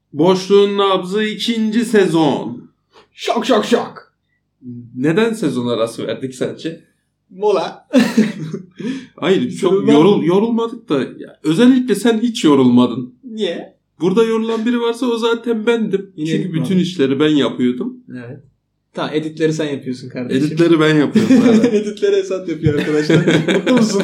Boşluğun Nabzı 2. sezon. Şok şok şok. Neden sezon arası verdik sence? Mola. Hayır, çok yorulmadık da. Özellikle sen hiç yorulmadın. Niye? Burada yorulan biri varsa o zaten bendim. Yine çünkü bütün işleri ben yapıyordum. Evet. Tamam, editleri sen yapıyorsun kardeşim. Editleri ben yapıyorum. Editleri Esat yapıyor arkadaşlar. Mutlu musun?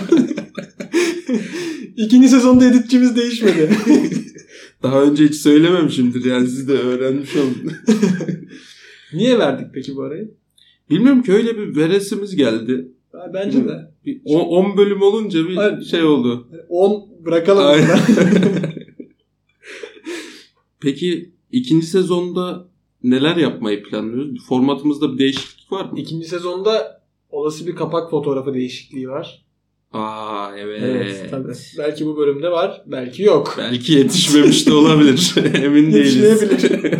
2. sezonda editçimiz değişmedi. Daha önce hiç söylememişimdir yani, siz de öğrenmiş olun. Niye verdik peki bu arayı? Bilmiyorum ki, öyle bir veresimiz geldi. Bence de. 10 bölüm olunca bir Hayır, şey oldu. 10 bırakalım. Peki 2. sezonda neler yapmayı planlıyoruz? Formatımızda bir değişiklik var mı? 2. sezonda olası bir kapak fotoğrafı değişikliği var. Aa evet. Evet tabii. Belki bu bölümde var, belki yok. Belki yetişmemiş de olabilir. Emin değiliz. Yetişmeyebilir.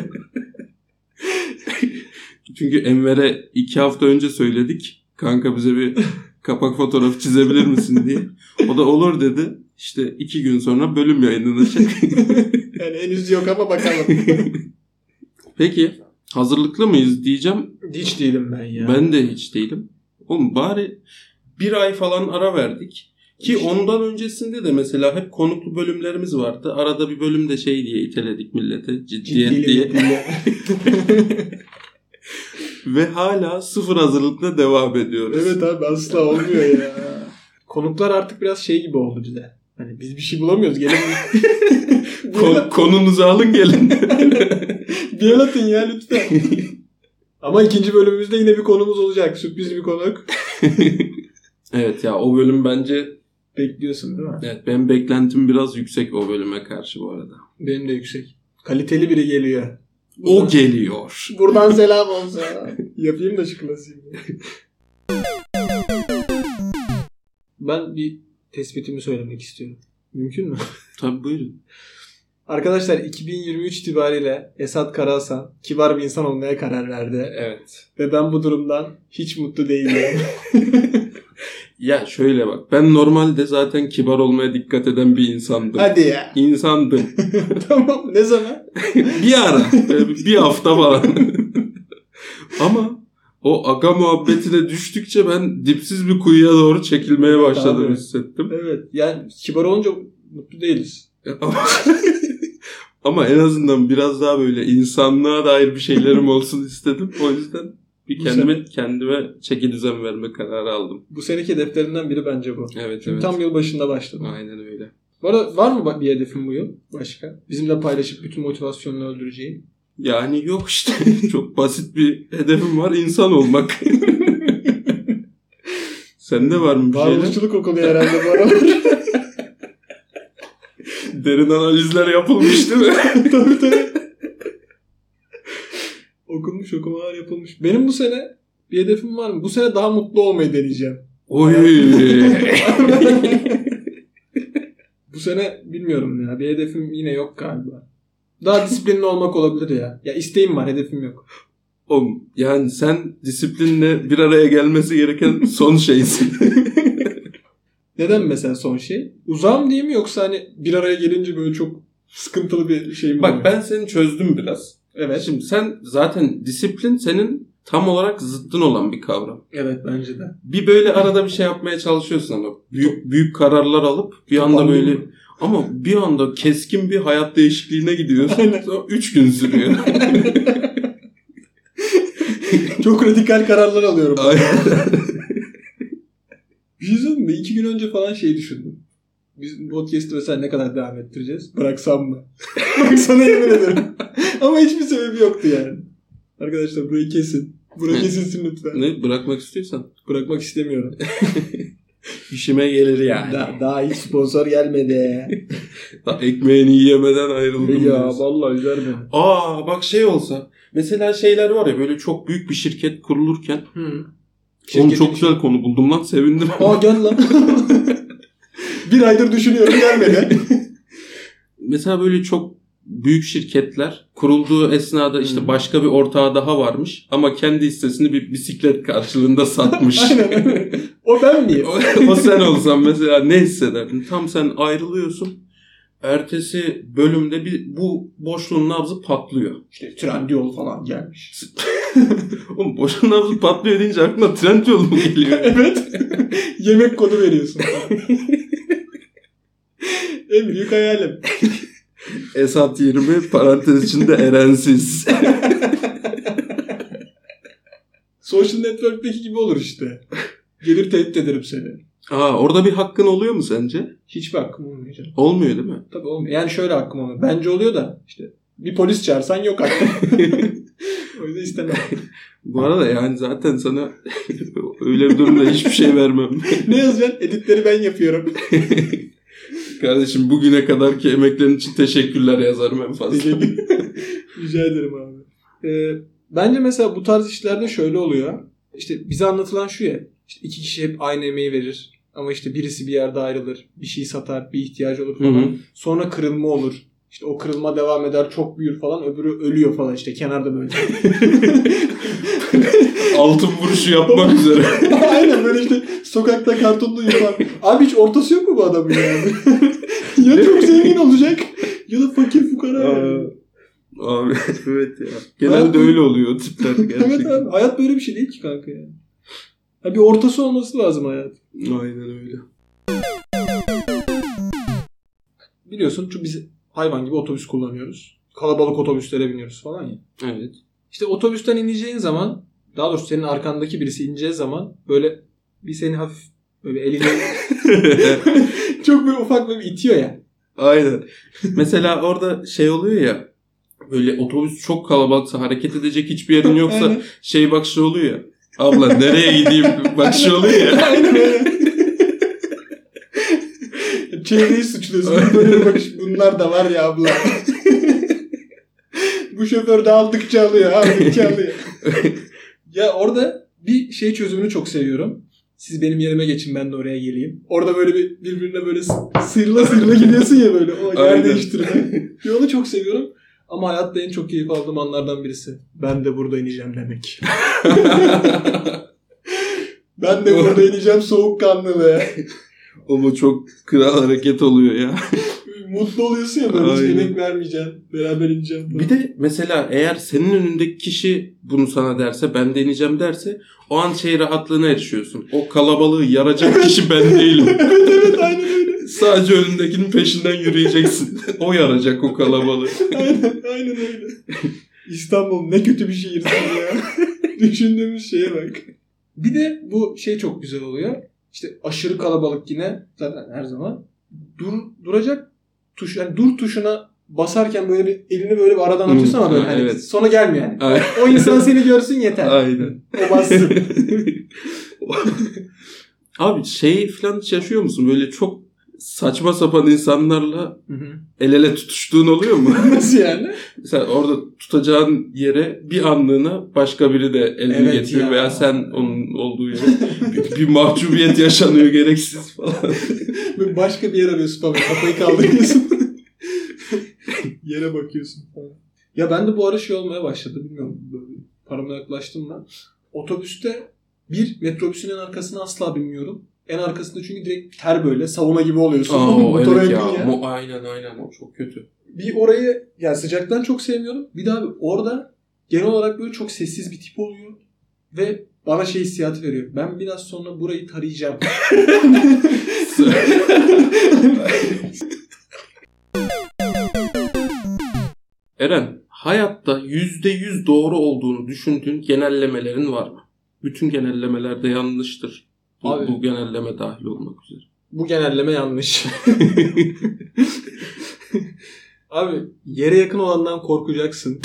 Çünkü Enver'e 2 hafta önce söyledik. Kanka bize bir kapak fotoğrafı çizebilir misin diye. O da olur dedi. İşte 2 gün sonra bölüm yayınlanacak. Yani henüz yok ama bakalım. Peki hazırlıklı mıyız diyeceğim. Hiç değilim ben ya. Ben de hiç değilim. Oğlum bari 1 ay falan ara verdik. Ki ondan öncesinde de mesela hep konuklu bölümlerimiz vardı. Arada bir bölümde şey diye iteledik millete. Ciddiyet diye. Ve hala sıfır hazırlıkla devam ediyoruz. Evet abi, asla olmuyor ya. Konuklar artık biraz şey gibi oldu bize. Hani biz bir şey bulamıyoruz. Gelin. Konunuzu alın gelin. Bir el atın ya lütfen. Ama 2. bölümümüzde yine bir konumuz olacak. Sürpriz bir konuk. Evet ya, o bölüm bence... Bekliyorsun değil mi? Evet, benim beklentim biraz yüksek o bölüme karşı bu arada. Benim de yüksek. Kaliteli biri geliyor. O geliyor. Buradan selam olsun. Yapayım da şu klasiği. Ben bir tespitimi söylemek istiyorum. Mümkün mü? Tabii buyurun. Arkadaşlar 2023 itibariyle Esat Karahasan kibar bir insan olmaya karar verdi. Evet. Ve ben bu durumdan hiç mutlu değilim. Ya şöyle bak, ben normalde zaten kibar olmaya dikkat eden bir insandım. Hadi ya. İnsandım. Tamam, ne zaman? Bir ara. Bir hafta falan. Ama o aga muhabbetine düştükçe ben dipsiz bir kuyuya doğru çekilmeye başladığımı hissettim. Evet. Yani kibar olunca mutlu değiliz. Ama en azından biraz daha böyle insanlığa dair bir şeylerim olsun istedim. O yüzden bir kendime çeki düzen verme kararı aldım. Bu seneki hedeflerinden biri bence bu. Evet. Çünkü tam yıl başında başladım. Aynen öyle. Bu arada var mı bir hedefin bu yıl başka? Bizimle paylaşıp bütün motivasyonunu öldüreceğin. Yani yok işte. Çok basit bir hedefim var. İnsan olmak. Sende var mı bir şeyler? Varoluşçuluk okuluyor herhalde bu aralar. Derin analizler yapılmış değil mi? Tabii. Okunmuş, okumalar yapılmış. Benim bu sene bir hedefim var mı? Bu sene daha mutlu olmayı deneyeceğim. Oy. Bu sene bilmiyorum ya. Bir hedefim yine yok galiba. Daha disiplinli olmak olabilir ya. Ya isteğim var, hedefim yok. Yani sen disiplinle bir araya gelmesi gereken son şeysin. Neden mesela son şey? Uzağım diye mi, yoksa hani bir araya gelince böyle çok sıkıntılı bir şey mi? Bak ben seni çözdüm biraz. Evet. Şimdi sen zaten disiplin senin tam olarak zıttın olan bir kavram. Evet, bence de. Bir böyle arada bir şey yapmaya çalışıyorsun ama büyük kararlar alıp bir anda böyle ama bir anda keskin bir hayat değişikliğine gidiyorsun. Aynen. 3 gün sürüyor. Çok radikal kararlar alıyorum. Aynen. Bir şey söyleyeyim mi? 2 gün önce falan şey düşündüm. Biz podcast'ı mesela ne kadar devam ettireceğiz? Bıraksam mı? Bak sana yemin ederim. Ama hiçbir sebebi yoktu yani. Arkadaşlar burayı kesin. Burayı kesilsin lütfen. Ne? Bırakmak istiyorsan. Bırakmak istemiyorum. İşime gelir yani. Daha hiç sponsor gelmedi. Daha ekmeğini yiyemeden ayrıldım. Ya vallahi üzer beni. Bak şey olsa. Mesela şeyler var ya, böyle çok büyük bir şirket kurulurken. Oğlum çok güzel konu buldum lan, sevindim. Gel lan. Bir aydır düşünüyorum, gelmedi. Mesela böyle çok büyük şirketler kurulduğu esnada işte başka bir ortağı daha varmış ama kendi hissesini bir bisiklet karşılığında satmış. Aynen. O ben miyim? O sen olsan mesela ne hissederdin? Tam sen ayrılıyorsun. ertesi bölümde bu boşluğun nabzı patlıyor. İşte Trendyol falan gelmiş. Oğlum boşluğun nabzı patlıyor deyince aklına Trendyol mu geliyor? Evet. Yemek kodu veriyorsun. En büyük hayalim. Esat 20 parantez içinde Erensiz. Social Network'teki gibi olur işte. Gelir tehdit ederim seni. Orada bir hakkın oluyor mu sence? Hiçbir hakkım olmuyor canım. Olmuyor değil mi? Tabii olmuyor. Yani şöyle hakkım olmuyor. Bence oluyor da işte bir polis çağırsan yok hakkım. O yüzden istemem. Bu arada yani zaten sana öyle bir durumda hiçbir şey vermem. Ne yazacaksın? Editleri ben yapıyorum. Kardeşim bugüne kadarki emeklerin için teşekkürler yazarım en fazla. Rica ederim abi. Bence mesela bu tarz işlerde şöyle oluyor. İşte bize anlatılan şu ya. İşte iki kişi hep aynı emeği verir. Ama işte birisi bir yerde ayrılır. Bir şey satar. Bir ihtiyacı olur falan. Hı-hı. Sonra kırılma olur. İşte o kırılma devam eder. Çok büyür falan. Öbürü ölüyor falan işte. Kenarda böyle. Altın vuruşu yapmak üzere. Aynen böyle işte sokakta kartonlu yuvar. Abi hiç ortası yok mu bu adamın yani? Ya çok zengin olacak ya da fakir fukara yani. Abi evet ya. Genelde öyle oluyor o tipler gerçekten. Evet abi. Hayat böyle bir şey değil ki kanka yani. Ya bir ortası olması lazım hayat. Aynen öyle. Biliyorsun çünkü biz hayvan gibi otobüs kullanıyoruz. Kalabalık otobüslere biniyoruz falan ya. Evet. İşte otobüsten ineceğin zaman, daha doğrusu senin arkandaki birisi ineceği zaman böyle bir seni hafif böyle elini çok böyle ufak böyle itiyor ya. Aynen. Mesela orada şey oluyor ya, böyle otobüs çok kalabalıksa, hareket edecek hiçbir yerin yoksa Aynen. şey bakışı oluyor ya. Abla nereye gideyim bakışı oluyor ya. Aynen öyle. Çevreyi suçluyorsun. Böyle bir bakış. Bunlar da var ya abla. Bu şoför de aldıkça alıyor. Aldıkça alıyor. Ya orada bir şey çözümünü çok seviyorum. Siz benim yerime geçin, ben de oraya geleyim. Orada böyle birbirine böyle sıyrıla gidiyorsun ya böyle. O yer değiştirme. Onu çok seviyorum. Ama hayatta en çok keyif aldığım anlardan birisi. Ben de burada ineceğim demek. Ben de burada ineceğim soğukkanlı. Ama çok kral hareket oluyor ya. Mutlu oluyorsun ya böyle, hiç yemek vermeyeceksin. Beraber ineceğim falan. Bir de mesela eğer senin önündeki kişi bunu sana derse, ben de ineceğim derse, o an şey rahatlığına erişiyorsun. O kalabalığı yaracak kişi ben değilim. Evet aynen öyle. Sadece önündekinin peşinden yürüyeceksin. O yaracak o kalabalığı. Aynen öyle. İstanbul ne kötü bir şehirsin ya. Düşündüğümüz şeye bak. Bir de bu şey çok güzel oluyor. İşte aşırı kalabalık yine zaten her zaman. Duracak tuş, yani dur tuşuna basarken böyle bir elini böyle bir aradan atıyorsun ama böyle hani evet. Sona gelmiyor yani. Aynen. O insan seni görsün yeter. Aynen. O bassın. Abi şey falan hiç yaşıyor musun? Böyle çok saçma sapan insanlarla el ele tutuştuğun oluyor mu? Nasıl yani? Mesela orada tutacağın yere bir anlığına başka biri de elini getiriyor ya. Veya sen onun olduğu yere bir mahcubiyet yaşanıyor gereksiz falan. Başka bir yer arıyorsun falan. Kafayı kaldırıyorsun. Yere bakıyorsun falan. Ya ben de bu ara şey olmaya başladı. Bilmiyorum. Böyle paranoyaklaştım ben. Otobüste bir metrobüsün en arkasına asla binmiyorum. En arkasında çünkü direkt ter böyle sauna gibi oluyorsun. Motora evet yakın ya. Aynen o çok kötü. Bir orayı yani sıcaktan çok sevmiyorum. Bir daha orada genel olarak böyle çok sessiz bir tip oluyor. Ve bana şey hissiyatı veriyor. Ben biraz sonra burayı tarayacağım. Eren, hayatta %100 doğru olduğunu düşündüğün genellemelerin var mı? Bütün genellemeler de yanlıştır. Bu genelleme dahil olmak üzere. Bu genelleme yanlış. Abi yere yakın olandan korkacaksın.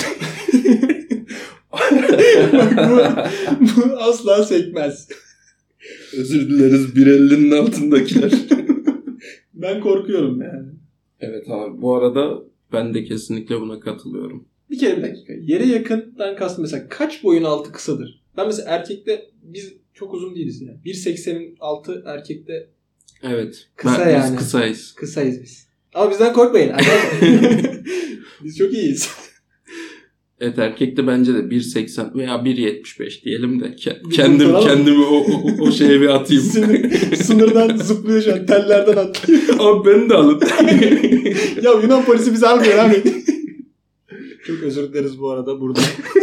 bu asla sekmez. Özür dileriz 1.50'nin altındakiler. Ben korkuyorum yani. Evet abi, bu arada ben de kesinlikle buna katılıyorum. Bir kere bir dakika. Yere yakından kastım mesela kaç boyun altı kısadır? Ben mesela erkekte biz çok uzun değiliz yani. 1.80'in altı erkekte evet. Kısa yani. Biz kısayız. Kısayız biz. Ama bizden korkmayın. Biz çok iyiyiz. Evet, erkekte bence de 1.80 veya 1.75 diyelim de kendimi o şeye bir atayım. Sınırdan zıplıyor şu an. Tellerden atlıyor. Abi beni de alın. Ya Yunan polisi bizi almıyor abi. Çok özür dileriz bu arada burada.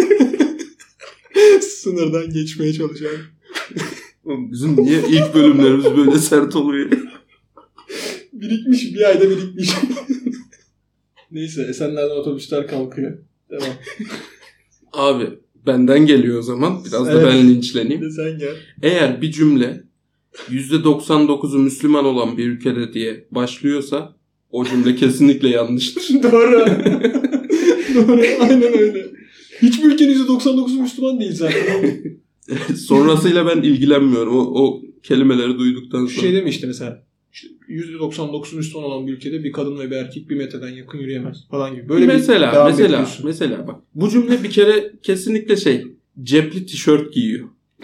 Sınırdan geçmeye çalışan. Bizim niye ilk bölümlerimiz böyle sert oluyor? Birikmiş. Bir ayda birikmiş. Neyse, Esenler'den otobüsler kalkıyor. Devam. Abi benden geliyor o zaman. Biraz da evet, ben linçleneyim. de sen gel. Eğer bir cümle %99'u Müslüman olan bir ülkede diye başlıyorsa o cümle kesinlikle yanlıştır. Doğru. Doğru. Aynen öyle. Hiçbir ülkenin %99'u Müslüman değil zaten. Sonrasıyla ben ilgilenmiyorum. O kelimeleri duyduktan sonra. Şu şey demişti mesela. %99 Müslüman olan bir ülkede bir kadın ve bir erkek 1 metreden yakın yürüyemez falan gibi. Böyle mesela bak. Bu cümle bir kere kesinlikle cepli tişört giyiyor.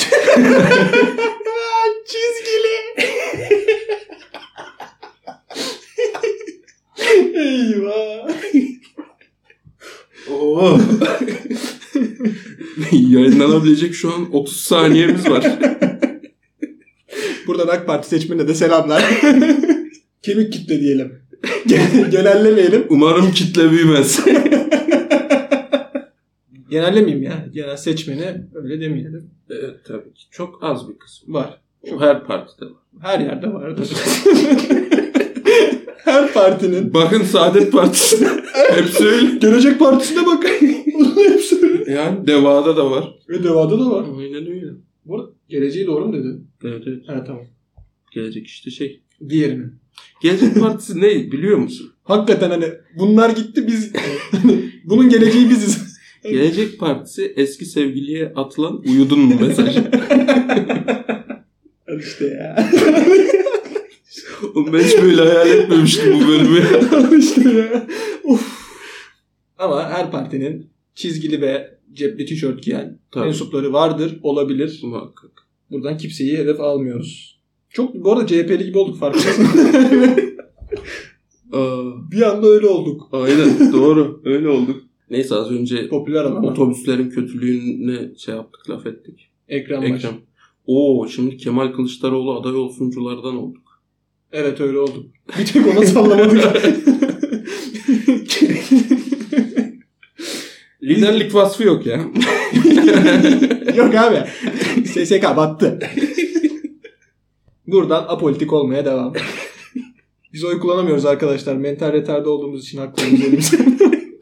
Çizgili. Eyvah. Oo. Yayınlanabilecek şu an 30 saniyemiz var. Buradan AK Parti seçmenine de selamlar. Kemik kitle diyelim. Genellemeyelim. Umarım kitle büyümez. Genellemeyeyim ya. Genel seçmeni öyle demeyelim. Evet tabii ki. Çok az bir kısım var. O her partide var. Her yerde vardır. Her partinin. Bakın Saadet Partisi. Hepsi öyle. Gelecek Partisi'ne bakın. Hepsi öyle. Yani Deva'da da var. Ve Deva'da da var. Aynen öyle. Bu arada geleceği doğru mu dedi? Evet. Ha tamam. Gelecek işte Diğerinin. Gelecek Partisi ne biliyor musun? Hakikaten hani bunlar gitti biz. Bunun geleceği biziz. Gelecek Partisi eski sevgiliye atılan uyudun mu mesajı. Al işte ya. Oğlum ben hiç böyle hayal etmemiştim bu bölümü. Al işte ya. Of. Ama her partinin çizgili ve cepli tişört giyen mensupları vardır, olabilir. Muhakkak. Buradan kimseyi hedef almıyoruz. Çok bu arada CHP'li gibi olduk farkındasın. Bir anda öyle olduk. Aynen doğru öyle olduk. Neyse az önce popüler ama otobüslerin kötülüğüne yaptık, laf ettik. Ekrem. Şimdi Kemal Kılıçdaroğlu aday olsunculardan olduk. Evet öyle olduk. Bir tek ona sallamadık. Liderlik vasfı yok ya. Yok abi. SSK battı. Buradan apolitik olmaya devam. Biz oy kullanamıyoruz arkadaşlar. Mental retarda olduğumuz için haklarımız elimizden.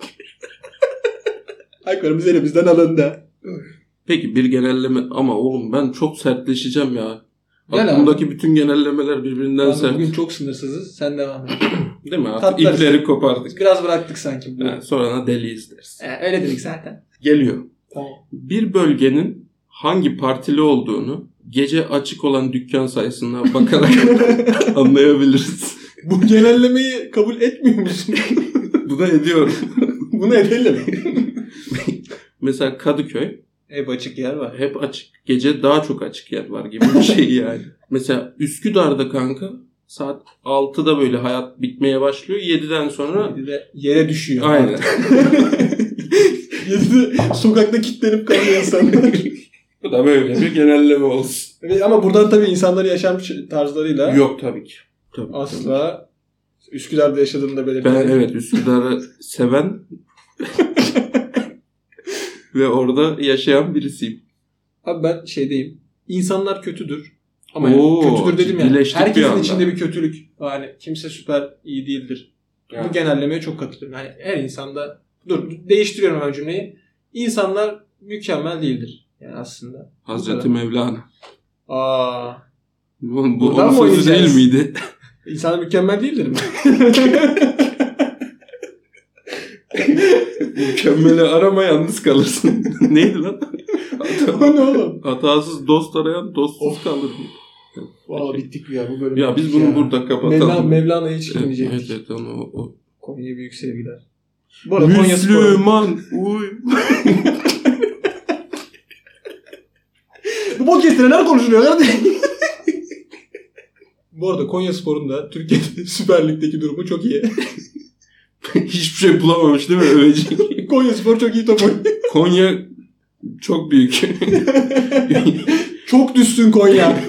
Haklarımız elimizden alındı. Peki bir genelleme ama oğlum ben çok sertleşeceğim ya. Gel aklımdaki bütün genellemeler birbirinden sert. Bugün çok sınırsızız. Sen devam et. Değil mi? Artık ipleri kopardık. Biraz bıraktık sanki. Sonra da deliyiz deriz. Öyle dedik zaten. Geliyor. Tamam. Bir bölgenin hangi partili olduğunu gece açık olan dükkan sayısına bakarak anlayabiliriz. Bu genellemeyi kabul etmiyor musun? Bunu ediyorum. Bunu edelim. Mesela Kadıköy. Hep açık yer var. Hep açık. Gece daha çok açık yer var gibi bir şey yani. Mesela Üsküdar'da kanka saat 6'da böyle hayat bitmeye başlıyor. 7'den sonra 7'de yere düşüyor. Aynen. 7'de sokakta kilitlenip kalıyor insanlar. Bu da böyle bir genelleme olsun. Ama buradan tabii insanların yaşam tarzlarıyla yok tabii ki. Asla Üsküdar'da yaşadığını da belirtelim. Ben evet Üsküdar'ı seven ve orada yaşayan birisiyim. Abi ben şeydeyim. İnsanlar kötüdür. Ama kötüdür dedim ya. Herkesin içinde bir kötülük. Yani kimse süper iyi değildir. Yani. Bu genellemeye çok katılıyorum. Yani her insanda değiştiriyorum hemen cümleyi. İnsanlar mükemmel değildir. Yani aslında. Hazreti Mevlana. Bu onun sözü değil miydi? İnsanlar mükemmel değildir mi? Mükemmeli arama yalnız kalırsın. Neydi lan? O ne oğlum? Hatasız dost arayan dostsuz kalır. Valla bittik ya bu bölüm. Ya biz bunu burada kapatalım. Mevlana'ya hiç girmeyecektik. Evet o. Konya'ya büyük sevgiler. Bu arada Müslüman uy. Bu podcast'te neler konuşuluyor kardeşim? Bu arada Konyaspor'un da Türkiye'de Süper Lig'deki durumu çok iyi. Hiçbir şey bulamamış değil mi övecek? Konyaspor çok iyi top oynuyor. Konya çok büyük. Çok düşsün Konya.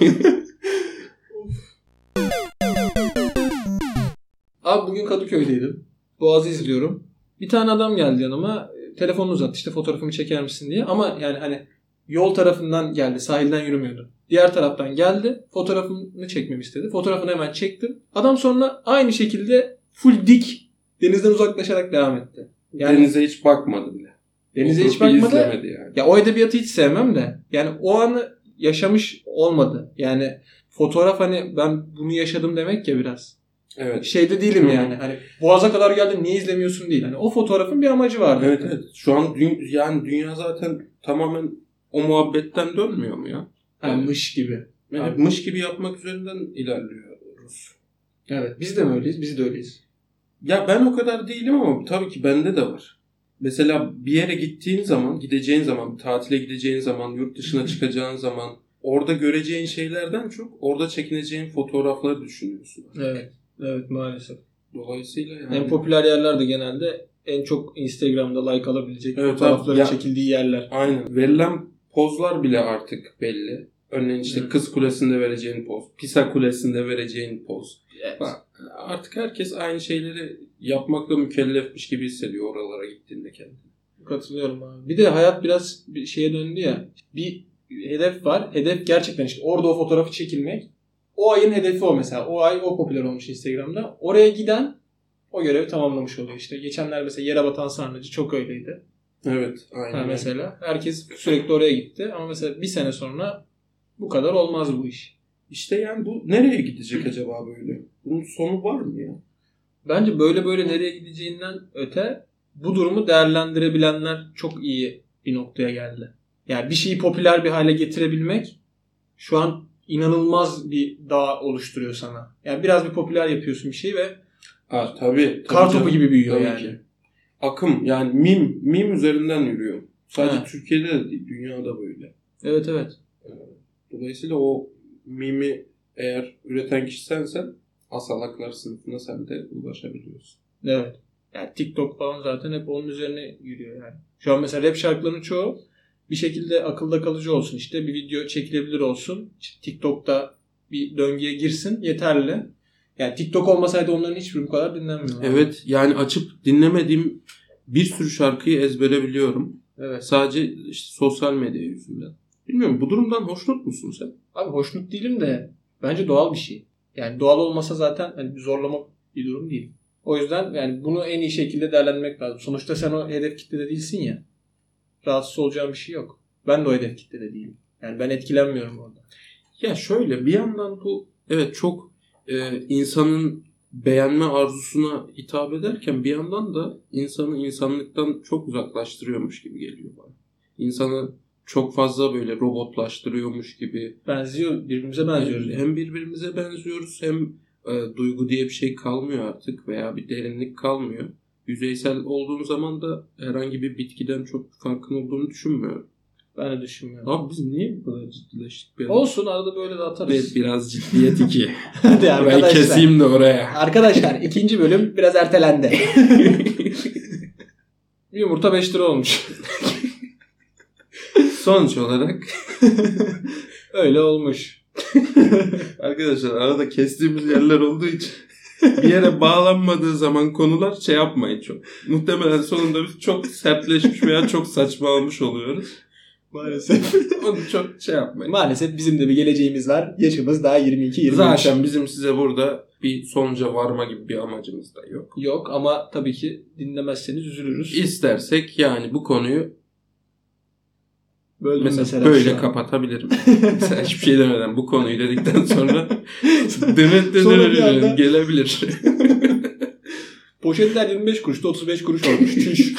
Abi bugün Kadıköy'deydim. Boğaz'ı izliyorum. Bir tane adam geldi yanıma. Telefonunu uzattı, işte fotoğrafımı çeker misin diye. Ama yani hani yol tarafından geldi. Sahilden yürümüyordu. Diğer taraftan geldi. Fotoğrafımı çekmemi istedi. Fotoğrafını hemen çektim. Adam sonra aynı şekilde full dik denizden uzaklaşarak devam etti. Yani Denize hiç bakmadı bile. Denize hiç bakmadı. Yani. Ya o edebiyatı hiç sevmem de. Yani o anı yaşamış olmadı. Yani fotoğraf hani ben bunu yaşadım demek ya biraz. Evet. Şeyde değilim yani. Hani Boğaz'a kadar geldin niye izlemiyorsun değil. Hani o fotoğrafın bir amacı vardı. Evet evet. Şu an yani dünya zaten tamamen o muhabbetten dönmüyor mu ya? Yani mış gibi. Yani mış gibi yapmak üzerinden ilerliyoruz. Evet. Biz de mi öyleyiz? Biz de öyleyiz. Ya ben o kadar değilim ama tabii ki bende de var. Mesela bir yere gittiğin zaman, gideceğin zaman, tatile gideceğin zaman, yurt dışına çıkacağın zaman orada göreceğin şeylerden çok orada çekineceğin fotoğrafları düşünüyorsun. Evet. Evet maalesef. Dolayısıyla yani... En popüler yerler de genelde en çok Instagram'da like alabilecek fotoğrafların ya, çekildiği yerler. Aynen. Verilen pozlar bile artık belli. Örneğin işte Kız Kulesi'nde vereceğin poz, Pisa Kulesi'nde vereceğin poz. Evet. Artık herkes aynı şeyleri yapmakla mükellefmiş gibi hissediyor oralara gittiğinde kendini. Katılıyorum abi. Bir de hayat biraz bir şeye döndü ya. Bir hedef var. Hedef gerçekten işte orada o fotoğrafı çekilmek. O ayın hedefi o mesela. O ay o popüler olmuş Instagram'da. Oraya giden o görevi tamamlamış oluyor işte. Geçenler mesela Yere Batan Sarnıcı çok öyleydi. Evet. Aynen. Mesela herkes sürekli oraya gitti. Ama mesela bir sene sonra bu kadar olmaz bu iş. İşte yani bu nereye gidecek acaba böyle? Bunun sonu var mı ya? Bence böyle nereye gideceğinden öte bu durumu değerlendirebilenler çok iyi bir noktaya geldi. Yani bir şeyi popüler bir hale getirebilmek şu an inanılmaz bir dağ oluşturuyor sana. Yani biraz bir popüler yapıyorsun bir şey ve tabii kar topu gibi büyüyor tabii yani. Ki. Akım yani meme üzerinden yürüyor. Sadece Türkiye'de de değil, dünyada böyle. Evet evet. Dolayısıyla o mimi eğer üreten kişi sensen asalaklar sınıfına sen de ulaşabiliyorsun. Evet. Yani TikTok falan zaten hep onun üzerine yürüyor yani. Şu an mesela rap şarkılarının çoğu bir şekilde akılda kalıcı olsun. İşte bir video çekilebilir olsun. İşte TikTok'ta bir döngüye girsin yeterli. Yani TikTok olmasaydı onların hiçbiri bu kadar dinlenmiyor. Evet yani açıp dinlemediğim bir sürü şarkıyı ezbere biliyorum. Evet. Sadece işte sosyal medya yüzünden. Bilmiyorum bu durumdan hoşnut musun sen? Abi hoşnut değilim de bence doğal bir şey. Yani doğal olmasa zaten hani zorlama bir durum değil. O yüzden yani bunu en iyi şekilde değerlendirmek lazım. Sonuçta sen o hedef kitlede değilsin ya. Rahatsız olacağın bir şey yok. Ben de o hedef kitlede değilim. Yani ben etkilenmiyorum orada. Ya şöyle bir yandan bu evet çok insanın beğenme arzusuna hitap ederken bir yandan da insanı insanlıktan çok uzaklaştırıyormuş gibi geliyor bana. İnsanı çok fazla böyle robotlaştırıyormuş gibi. Birbirimize benziyoruz. Hem birbirimize benziyoruz hem duygu diye bir şey kalmıyor artık veya bir derinlik kalmıyor. Yüzeysel olduğun zaman da herhangi bir bitkiden çok farkın olduğunu düşünmüyorum. Ben de düşünmüyorum. Abi biz niye bu kadar ciddileştik? Olsun arada böyle de atarız. Biraz ciddiyet 2. Hadi arkadaşlar. Ben keseyim de oraya. Arkadaşlar 2. bölüm biraz ertelendi. Yumurta 5 lira olmuş. Sonuç olarak öyle olmuş. Arkadaşlar arada kestiğimiz yerler olduğu için bir yere bağlanmadığı zaman konular şey yapmayın çok. Muhtemelen sonunda biz çok sertleşmiş veya çok saçmalamış oluyoruz. Maalesef. Onu çok şey yapmayın. Maalesef bizim de bir geleceğimiz var. Yaşımız daha 22-23. Zaten bizim size burada bir sonuca varma gibi bir amacımız da yok. Yok ama tabii ki dinlemezseniz üzülürüz. İstersek yani bu konuyu mesela böyle kapatabilirim. Mesela hiçbir şey demeden bu konuyu dedikten sonra dönet gelebilir. Poşetler 25 kuruşta 35 kuruş olmuş. Çüş.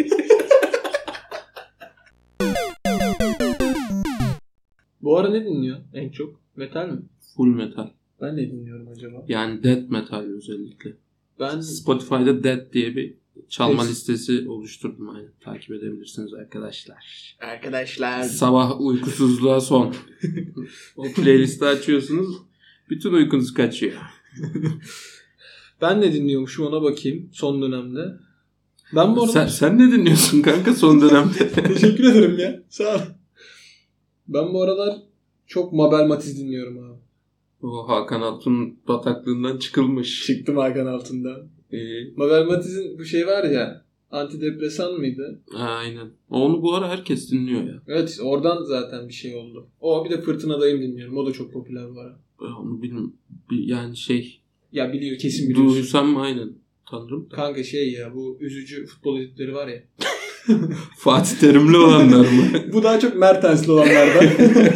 Bu ara ne dinliyor en çok? Metal mi? Full metal. Ben ne dinliyorum acaba? Yani death metal özellikle. Ben Spotify'da death diye bir çalma listesi oluşturdum. Aynen. Takip edebilirsiniz arkadaşlar. Sabah uykusuzluğa son. O playlisti açıyorsunuz. Bütün uykunuz kaçıyor. Ben ne dinliyormuşum ona bakayım son dönemde. Ben bu arada... Sen ne dinliyorsun kanka son dönemde? Teşekkür ederim ya. Sağ ol. Ben bu aralar çok Mabel Matiz dinliyorum abi. O Hakan Altun bataklığından çıkılmış. Çıktım Hakan Altun'dan. Mabel Matiz'in bu şey var ya, antidepresan mıydı? Aynen. Onu bu ara herkes dinliyor ya. Evet, oradan zaten bir şey oldu. O bir de Fırtınadayım dinliyorum. O da çok popüler bu ara. Ben onu bilmiyorum. Yani şey. Ya biliyor, kesin biliyorsun. Duysam aynen. Tanrım. Kanka şey ya, bu üzücü futbol editleri var ya. Fatih Terimli olanlar mı? Bu daha çok Mertens'li olanlardan.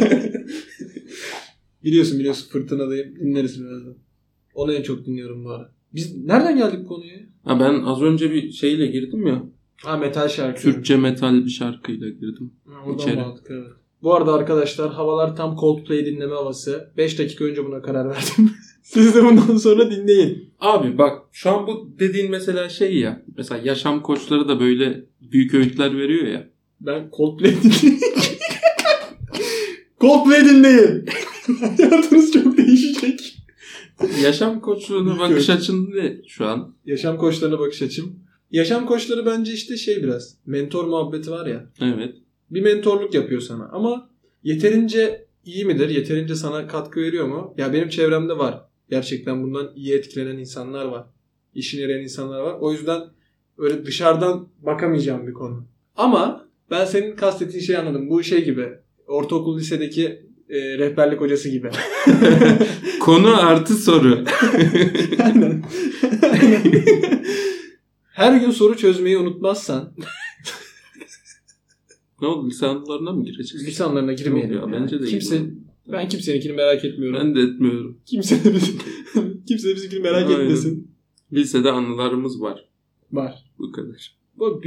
Biliyorsun Fırtınadayım. Dinleriz birazdan. Onu en çok dinliyorum bu ara. Biz nereden geldik bu konuya? Ha, ben az önce bir şeyle girdim ya. Ha, metal şarkı. Türkçe metal bir şarkıyla girdim. Oradan bağladık, evet. Bu arada arkadaşlar, havalar tam Coldplay dinleme havası. 5 dakika önce buna karar verdim. Siz de bundan sonra dinleyin. Abi bak şu an bu dediğin mesela şey ya. Mesela yaşam koçları da böyle büyük öğütler veriyor ya. Ben Coldplay dinleyeyim. Coldplay dinleyin. Hayatınız çok değişecek. Yaşam koçluğuna bakış açın ne şu an? Yaşam koçlarına bakış açım. Yaşam koçları bence işte şey biraz. Mentor muhabbeti var ya. Evet. Bir mentorluk yapıyor sana. Ama yeterince iyi midir? Yeterince sana katkı veriyor mu? Ya benim çevremde var. Gerçekten bundan iyi etkilenen insanlar var. İşine yarayan insanlar var. O yüzden öyle dışarıdan bakamayacağım bir konu. Ama ben senin kastettiğin şeyi anladım. Bu şey gibi. Ortaokul, lisedeki rehberlik hocası gibi. Konu artı soru. Aynen. Her gün soru çözmeyi unutmazsan. Ne oldu? Lise anılarına mı gireceğiz? Lise anılarına girmeyelim. Ya, bence de ben kimseninkini merak etmiyorum. Ben de etmiyorum. Kimse bizimkini merak etmesin. Lisede anılarımız var. Var. Bu kadar. Bu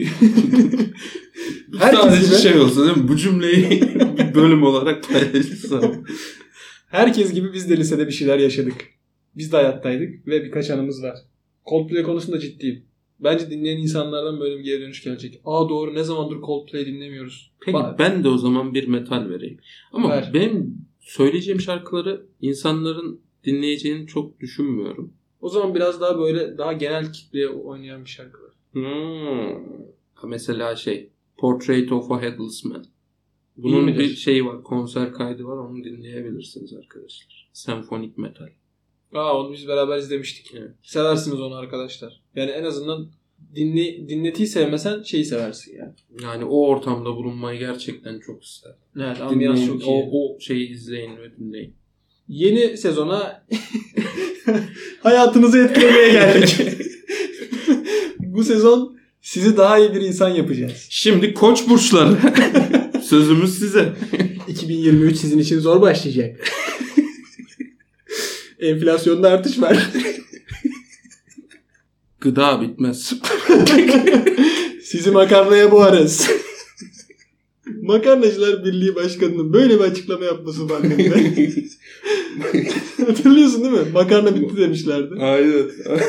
sadece gibi, şey olsa değil mi? Bu cümleyi bir bölüm olarak paylaşırsam. Herkes gibi biz de lisede bir şeyler yaşadık. Biz de hayattaydık ve birkaç anımız var. Coldplay konusunda ciddiyim. Bence dinleyen insanlardan böyle bir geri dönüş gelecek. Doğru, ne zamandır Coldplay dinlemiyoruz. Peki ben de o zaman bir metal vereyim. Ama benim söyleyeceğim şarkıları insanların dinleyeceğini çok düşünmüyorum. O zaman biraz daha böyle daha genel kitleye oynayan bir şarkı var. Mesela Portrait of a Headless Man. Bunun bir şeyi var, konser kaydı var, onu dinleyebilirsiniz arkadaşlar. Senfonik metal. Onu biz beraber izlemiştik. Evet. Seversiniz onu arkadaşlar. Yani en azından dinletiyi sevmesen şeyi seversin yani. Yani o ortamda bulunmayı gerçekten çok isterim. Evet, ambiyans çok iyi. O şeyi izleyin ve dinleyin. Yeni sezona hayatınızı etkilemeye geldik. Bu sezon sizi daha iyi bir insan yapacağız. Şimdi Koç burçları. Sözümüz size. 2023 sizin için zor başlayacak. Enflasyonda artış var. Gıda bitmez. Sizi makarnaya boğarız. Makarnacılar Birliği Başkanı'nın böyle bir açıklama yapması var. Hatırlıyorsun değil mi? Makarna bitti demişlerdi. Aynen.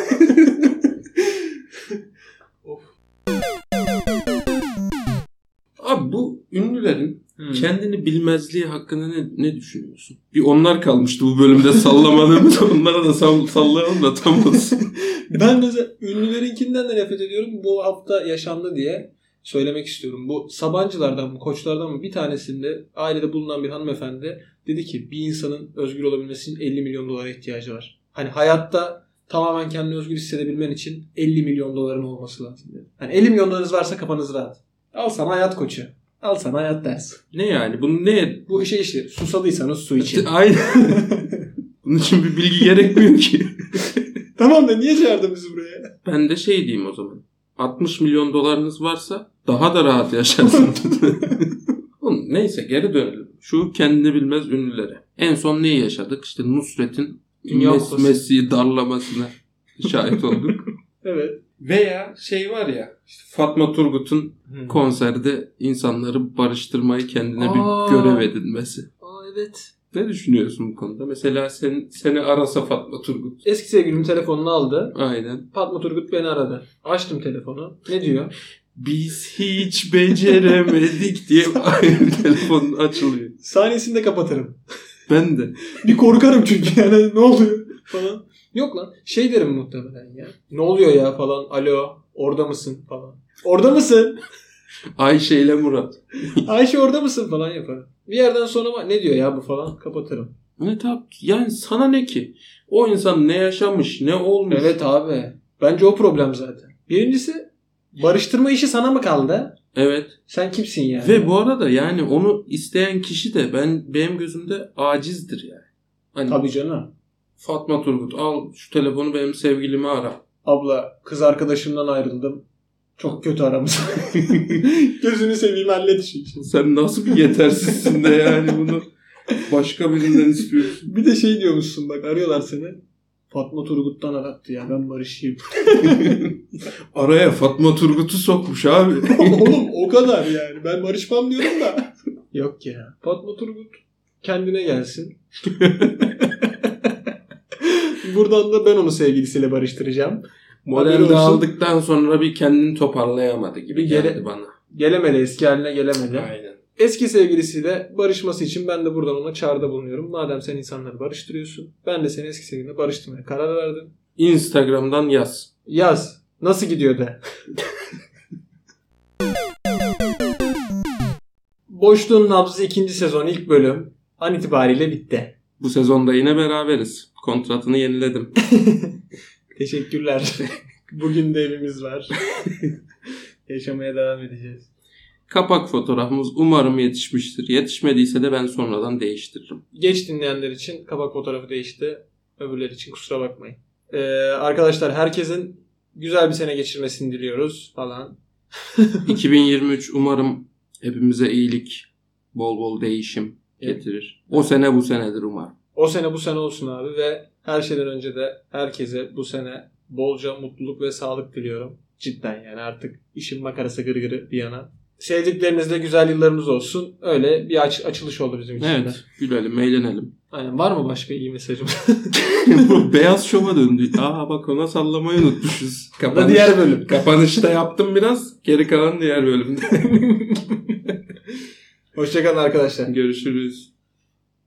Abi bu ünlülerin kendini bilmezliği hakkında ne düşünüyorsun? Bir onlar kalmıştı bu bölümde sallamadığımız. Onlara da sallayalım da tam olsun. Ben mesela ünlülerinkinden de nefret ediyorum. Bu hafta yaşandı diye söylemek istiyorum. Bu Sabancılardan mı, Koçlardan mı bir tanesinde ailede bulunan bir hanımefendi dedi ki bir insanın özgür olabilmesi için 50 milyon dolara ihtiyacı var. Hani hayatta tamamen kendini özgür hissedebilmen için 50 milyon doların olması lazım dedi. Hani 50 milyon dolarınız varsa kafanız rahat. Al sana hayat koçu. Al sana hayat dersi. Ne yani? Bunu ne? Bu işte susadıysanız su için. Aynen. Bunun için bir bilgi gerekmiyor ki. Tamam da niye çağırdın bizi buraya? Ben de diyeyim o zaman. 60 milyon dolarınız varsa daha da rahat yaşarsınız. Neyse geri dönelim. Şu kendini bilmez ünlülere. En son neyi yaşadık? İşte Nusret'in Messi'yi darlamasına şahit olduk. Evet. Veya var ya işte Fatma Turgut'un konserde insanları barıştırmayı kendine bir görev edinmesi. Evet. Ne düşünüyorsun bu konuda? Mesela seni arasa Fatma Turgut. Eski sevgilimin telefonunu aldı. Aynen. Fatma Turgut beni aradı. Açtım telefonu. Ne diyor? Biz hiç beceremedik diye telefonun açılıyor. Saniyesinde kapatırım. Ben de. Bir korkarım çünkü yani ne oluyor falan. Yok lan. Şey derim muhtemelen ya. Ne oluyor ya falan. Alo. Orada mısın falan. Orada mısın? Ayşe ile Murat. Ayşe orada mısın falan yaparım. Bir yerden sonra ne diyor ya bu falan kapatırım. Evet abi. Yani sana ne ki? O insan ne yaşamış, ne olmuş. Evet abi. Bence o problem zaten. Birincisi barıştırma işi sana mı kaldı? Evet. Sen kimsin yani? Ve bu arada yani onu isteyen kişi de benim gözümde acizdir yani. Hani Tabii canım. Fatma Turgut al şu telefonu benim sevgilimi ara. Abla kız arkadaşımdan ayrıldım. Çok kötü aramız. Gözünü seveyim hallet şu işi. Sen nasıl bir yetersizsin de yani bunu başka birinden istiyorsun. Bir de şey diyormuşsun bak arıyorlar seni. Fatma Turgut'tan arattı ya ben barışayım. Araya Fatma Turgut'u sokmuş abi. Oğlum o kadar yani. Ben barışmam diyorum da. Yok ya. Fatma Turgut kendine gelsin. Buradan da ben onu sevgilisiyle barıştıracağım. Modelde aldıktan sonra bir kendini toparlayamadı gibi geldi bana. Gelemedi, eski haline gelemedi. Aynen. Eski sevgilisiyle barışması için ben de buradan ona çağrıda bulunuyorum. Madem sen insanları barıştırıyorsun, ben de seni eski sevgilinle barıştırmaya karar verdim. Instagram'dan yaz. Yaz. Nasıl gidiyor de. Boşluğun Nabzı 2. sezon ilk bölüm an itibariyle bitti. Bu sezonda yine beraberiz. Kontratını yeniledim. Teşekkürler. Bugün de evimiz var. Yaşamaya devam edeceğiz. Kapak fotoğrafımız umarım yetişmiştir. Yetişmediyse de ben sonradan değiştiririm. Geç dinleyenler için kapak fotoğrafı değişti. Öbürler için kusura bakmayın. Arkadaşlar herkesin güzel bir sene geçirmesini diliyoruz falan. 2023 umarım hepimize iyilik, bol bol değişim getirir. O sene bu senedir umarım. O sene bu sene olsun abi ve her şeyden önce de herkese bu sene bolca mutluluk ve sağlık diliyorum. Cidden yani artık işin makarası gırgırı bir yana. Sevdiklerinizle güzel yıllarımız olsun. Öyle bir açılış oldu bizim için. Evet. Gülelim, eğlenelim. Aynen. Var mı başka iyi mesajım? Bu Beyaz Şov'a döndü. Aa bak ona sallamayı unutmuşuz. Diğer bölüm. Kapanışta yaptım biraz. Geri kalan diğer bölümde. Hoşçakalın arkadaşlar. Görüşürüz.